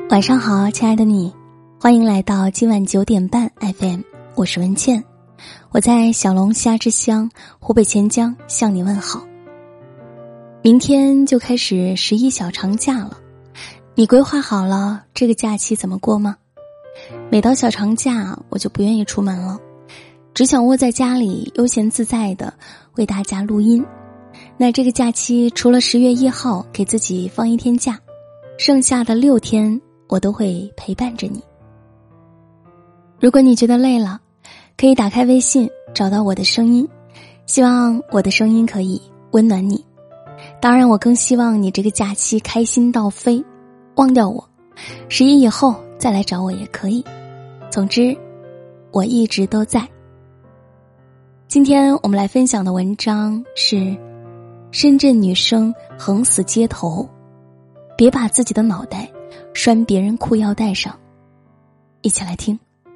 晚上好，亲爱的你，欢迎来到今晚9点半 FM， 我是文倩，我在小龙虾之乡湖北潜江向你问好。明天就开始11小长假了，你规划好了这个假期怎么过吗？每到小长假我就不愿意出门了，只想窝在家里悠闲自在的为大家录音。那这个假期除了10月1号给自己放一天假，剩下的6天我都会陪伴着你。如果你觉得累了，可以打开微信找到我的声音，希望我的声音可以温暖你。当然我更希望你这个假期开心到飞，忘掉我，11以后再来找我也可以。总之我一直都在。今天我们来分享的文章是深圳女生横死街头，别把自己的脑袋拴别人裤腰带上。一起来听。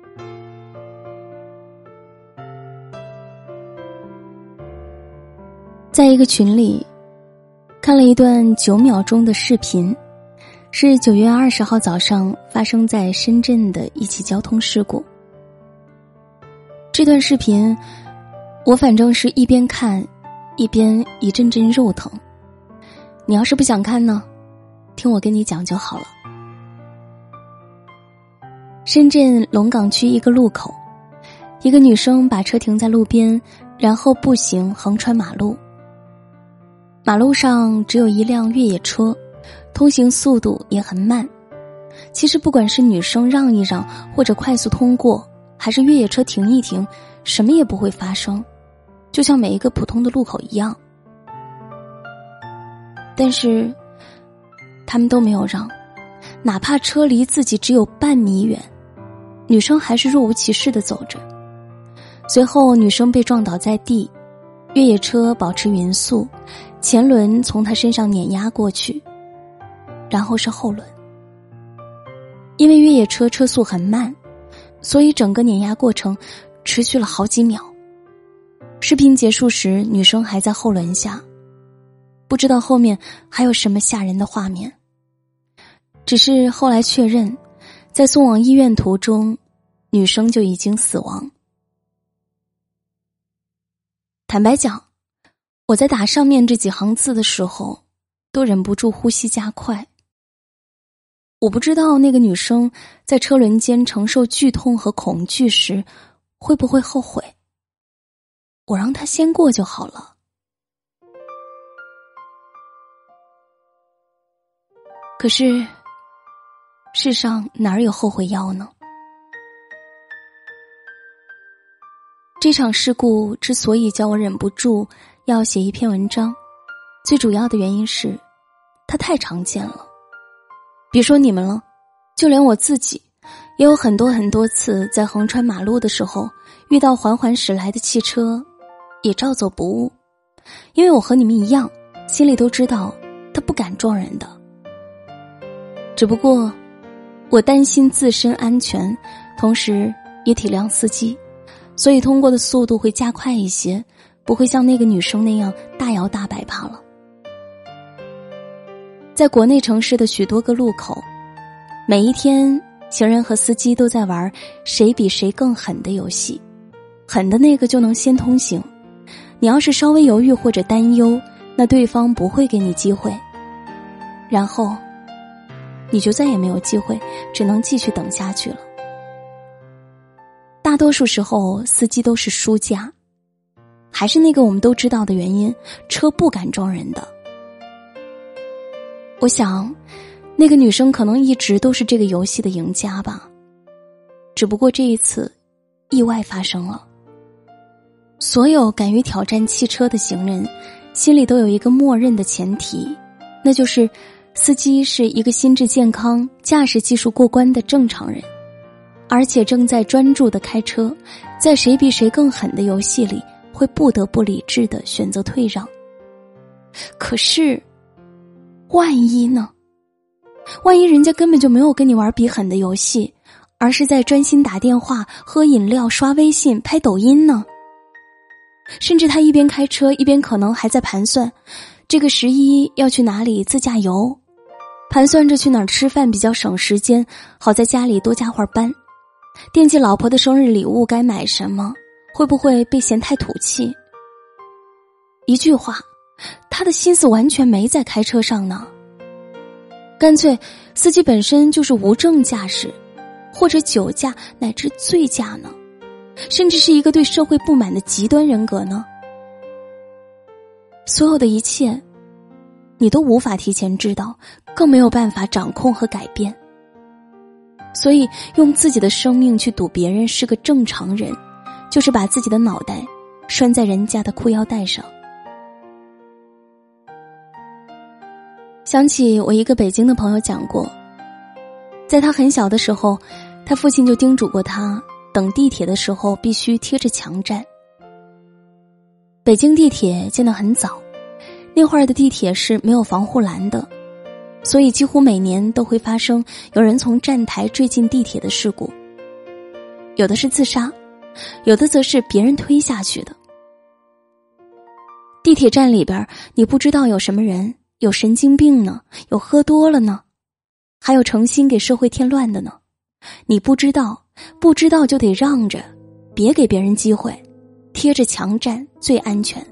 在一个群里看了一段9秒钟的视频，是9月20号早上发生在深圳的一起交通事故。这段视频我反正是一边看一边一阵阵肉疼。你要是不想看呢，听我跟你讲就好了。深圳龙岗区一个路口，一个女生把车停在路边，然后步行横穿马路。马路上只有一辆越野车，通行速度也很慢。其实不管是女生让一让，或者快速通过，还是越野车停一停，什么也不会发生，就像每一个普通的路口一样。但是他们都没有让，哪怕车离自己只有半米远，女生还是若无其事地走着。随后女生被撞倒在地，越野车保持匀速，前轮从她身上碾压过去，然后是后轮。因为越野车车速很慢，所以整个碾压过程持续了好几秒。视频结束时，女生还在后轮下，不知道后面还有什么吓人的画面。只是后来确认，在送往医院途中，女生就已经死亡。坦白讲，我在打上面这几行字的时候，都忍不住呼吸加快。我不知道那个女生在车轮间承受剧痛和恐惧时，会不会后悔。我让她先过就好了。可是世上哪有后悔药呢？这场事故之所以叫我忍不住要写一篇文章，最主要的原因是它太常见了。别说你们了，就连我自己也有很多次在横穿马路的时候，遇到缓缓驶来的汽车也照走不误。因为我和你们一样，心里都知道他不敢撞人的。只不过我担心自身安全，同时也体谅司机，所以通过的速度会加快一些，不会像那个女生那样大摇大摆罢了。在国内城市的许多个路口，每一天行人和司机都在玩谁比谁更狠的游戏，狠的那个就能先通行。你要是稍微犹豫或者担忧，那对方不会给你机会，然后你就再也没有机会，只能继续等下去了。大多数时候司机都是输家，还是那个我们都知道的原因，车不敢撞人的。我想那个女生可能一直都是这个游戏的赢家吧，只不过这一次意外发生了。所有敢于挑战汽车的行人心里都有一个默认的前提，那就是司机是一个心智健康、驾驶技术过关的正常人，而且正在专注地开车，在谁比谁更狠的游戏里会不得不理智地选择退让。可是万一呢？万一人家根本就没有跟你玩比狠的游戏，而是在专心打电话、喝饮料、刷微信、拍抖音呢？甚至他一边开车一边可能还在盘算这个11要去哪里自驾游， 盘算着去哪儿吃饭比较省时间，好在家里多加会儿班，惦记老婆的生日礼物该买什么，会不会被嫌太土气。一句话，他的心思完全没在开车上呢。干脆司机本身就是无证驾驶，或者酒驾乃至醉驾呢，甚至是一个对社会不满的极端人格呢。所有的一切你都无法提前知道，更没有办法掌控和改变。所以用自己的生命去赌别人是个正常人，就是把自己的脑袋拴在人家的裤腰带上。想起我一个北京的朋友讲过，在他很小的时候，他父亲就叮嘱过他，等地铁的时候必须贴着墙站。北京地铁建得很早，那会儿的地铁是没有防护栏的，所以几乎每年都会发生有人从站台坠进地铁的事故，有的是自杀，有的则是别人推下去的。地铁站里边，你不知道有什么人，有神经病呢，有喝多了呢，还有诚心给社会添乱的呢。你不知道就得让着，别给别人机会，贴着墙站最安全。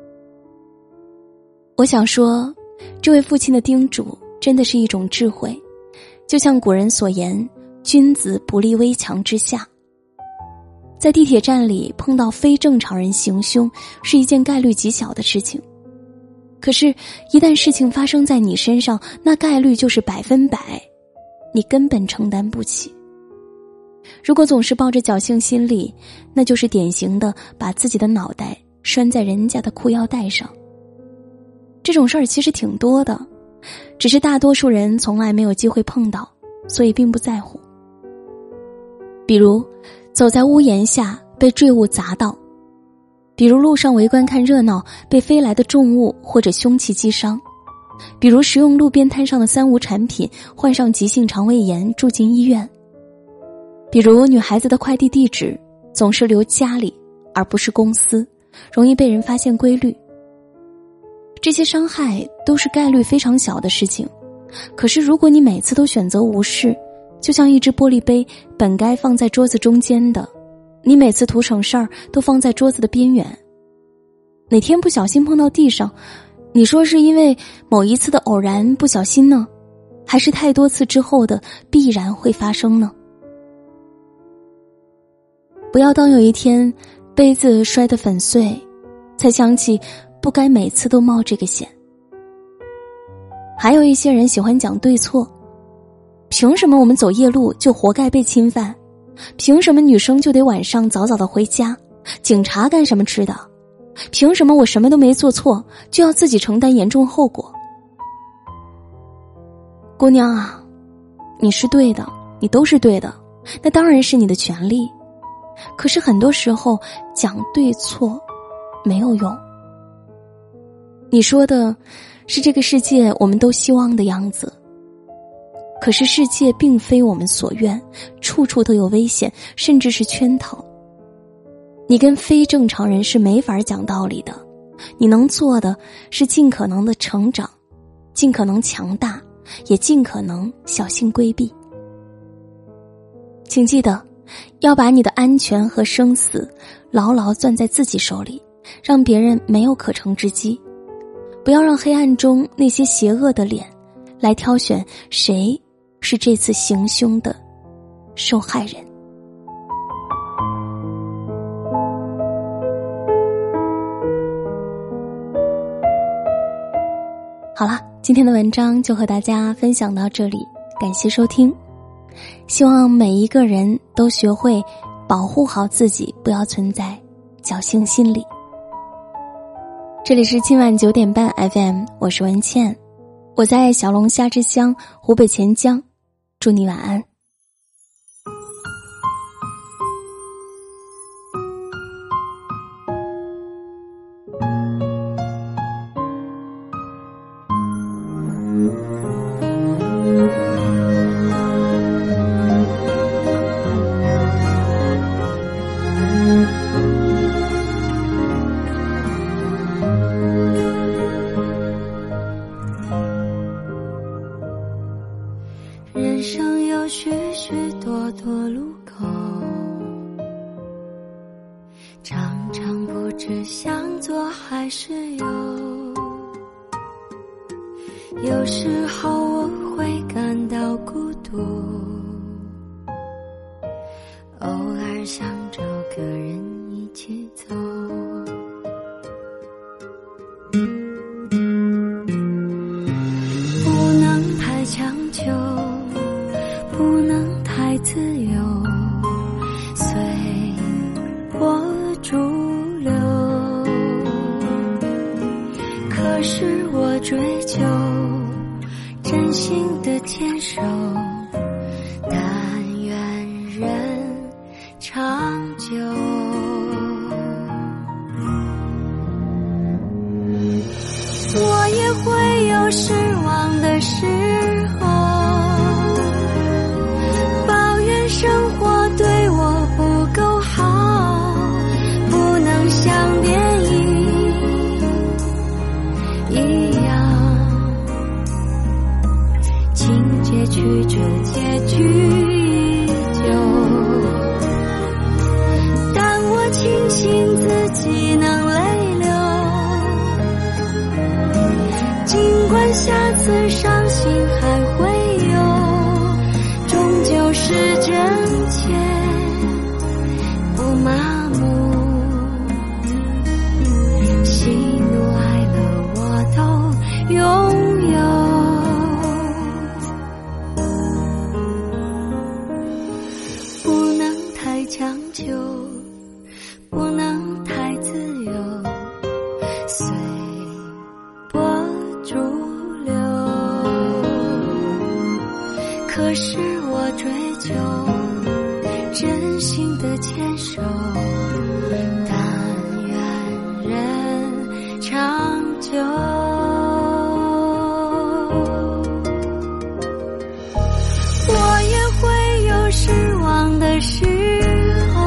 我想说，这位父亲的叮嘱真的是一种智慧，就像古人所言，君子不立危墙之下。在地铁站里碰到非正常人行凶是一件概率极小的事情，可是一旦事情发生在你身上，那概率就是100%，你根本承担不起。如果总是抱着侥幸心理，那就是典型的把自己的脑袋拴在人家的裤腰带上。这种事儿其实挺多的，只是大多数人从来没有机会碰到，所以并不在乎。比如走在屋檐下被坠物砸到，比如路上围观看热闹被飞来的重物或者凶器击伤，比如食用路边摊上的三无产品患上急性肠胃炎住进医院，比如女孩子的快递地址总是留家里而不是公司，容易被人发现规律。这些伤害都是概率非常小的事情，可是如果你每次都选择无视，就像一只玻璃杯本该放在桌子中间的，你每次图省事儿都放在桌子的边缘，哪天不小心碰到地上，你说是因为某一次的偶然不小心呢，还是太多次之后的必然会发生呢？不要当有一天杯子摔得粉碎，才想起不该每次都冒这个险。还有一些人喜欢讲对错，凭什么我们走夜路就活该被侵犯？凭什么女生就得晚上早早的回家？警察干什么吃的？凭什么我什么都没做错，就要自己承担严重后果？姑娘啊，你是对的，你都是对的，那当然是你的权利。可是很多时候讲对错没有用。你说的是这个世界我们都希望的样子，可是世界并非我们所愿，处处都有危险，甚至是圈套。你跟非正常人是没法讲道理的，你能做的是尽可能的成长，尽可能强大，也尽可能小心规避。请记得，要把你的安全和生死牢牢攥在自己手里，让别人没有可乘之机。不要让黑暗中那些邪恶的脸来挑选谁是这次行凶的受害人。好了，今天的文章就和大家分享到这里，感谢收听。希望每一个人都学会保护好自己，不要存在侥幸心理。这里是今晚9点半 FM， 我是文倩，我在小龙虾之乡湖北潜江，祝你晚安。 常常不知向左还是右，有时候我会感到孤独，偶尔想找个人一起走。不能太强求，不能太自由，随波逐流。可是我追求真心的牵手，但愿人长久。我也会有失望的时候，抱怨生活对我不够好，不能像电影一样，情节曲折，结局依旧。但我庆幸自己能泪流，尽管下次伤心还会有，终究是真切不麻木，喜怒哀乐我都拥有。不能太强求，不能太自由，随波逐流。可是我追求真心的牵手，但愿人长久。我也会有失望的时候，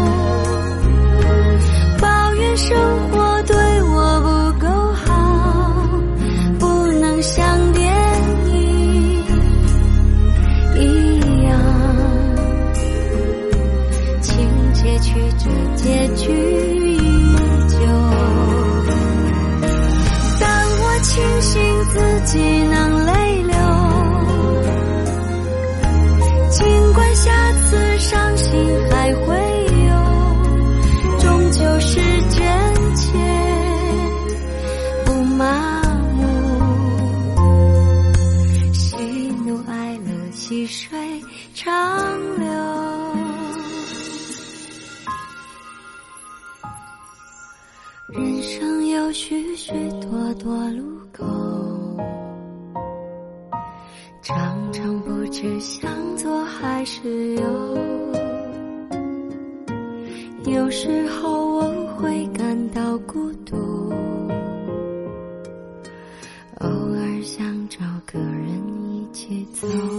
抱怨生活对我不够好，不能像电影一样，情节曲折，结局依旧。但我庆幸自己能泪流，尽管下次伤心还会有，终究是真切不麻木，喜怒哀乐细水长流。人生有许许多多路口，常常不知向左还是右，有时候我会感到孤独，偶尔想找个人一起走。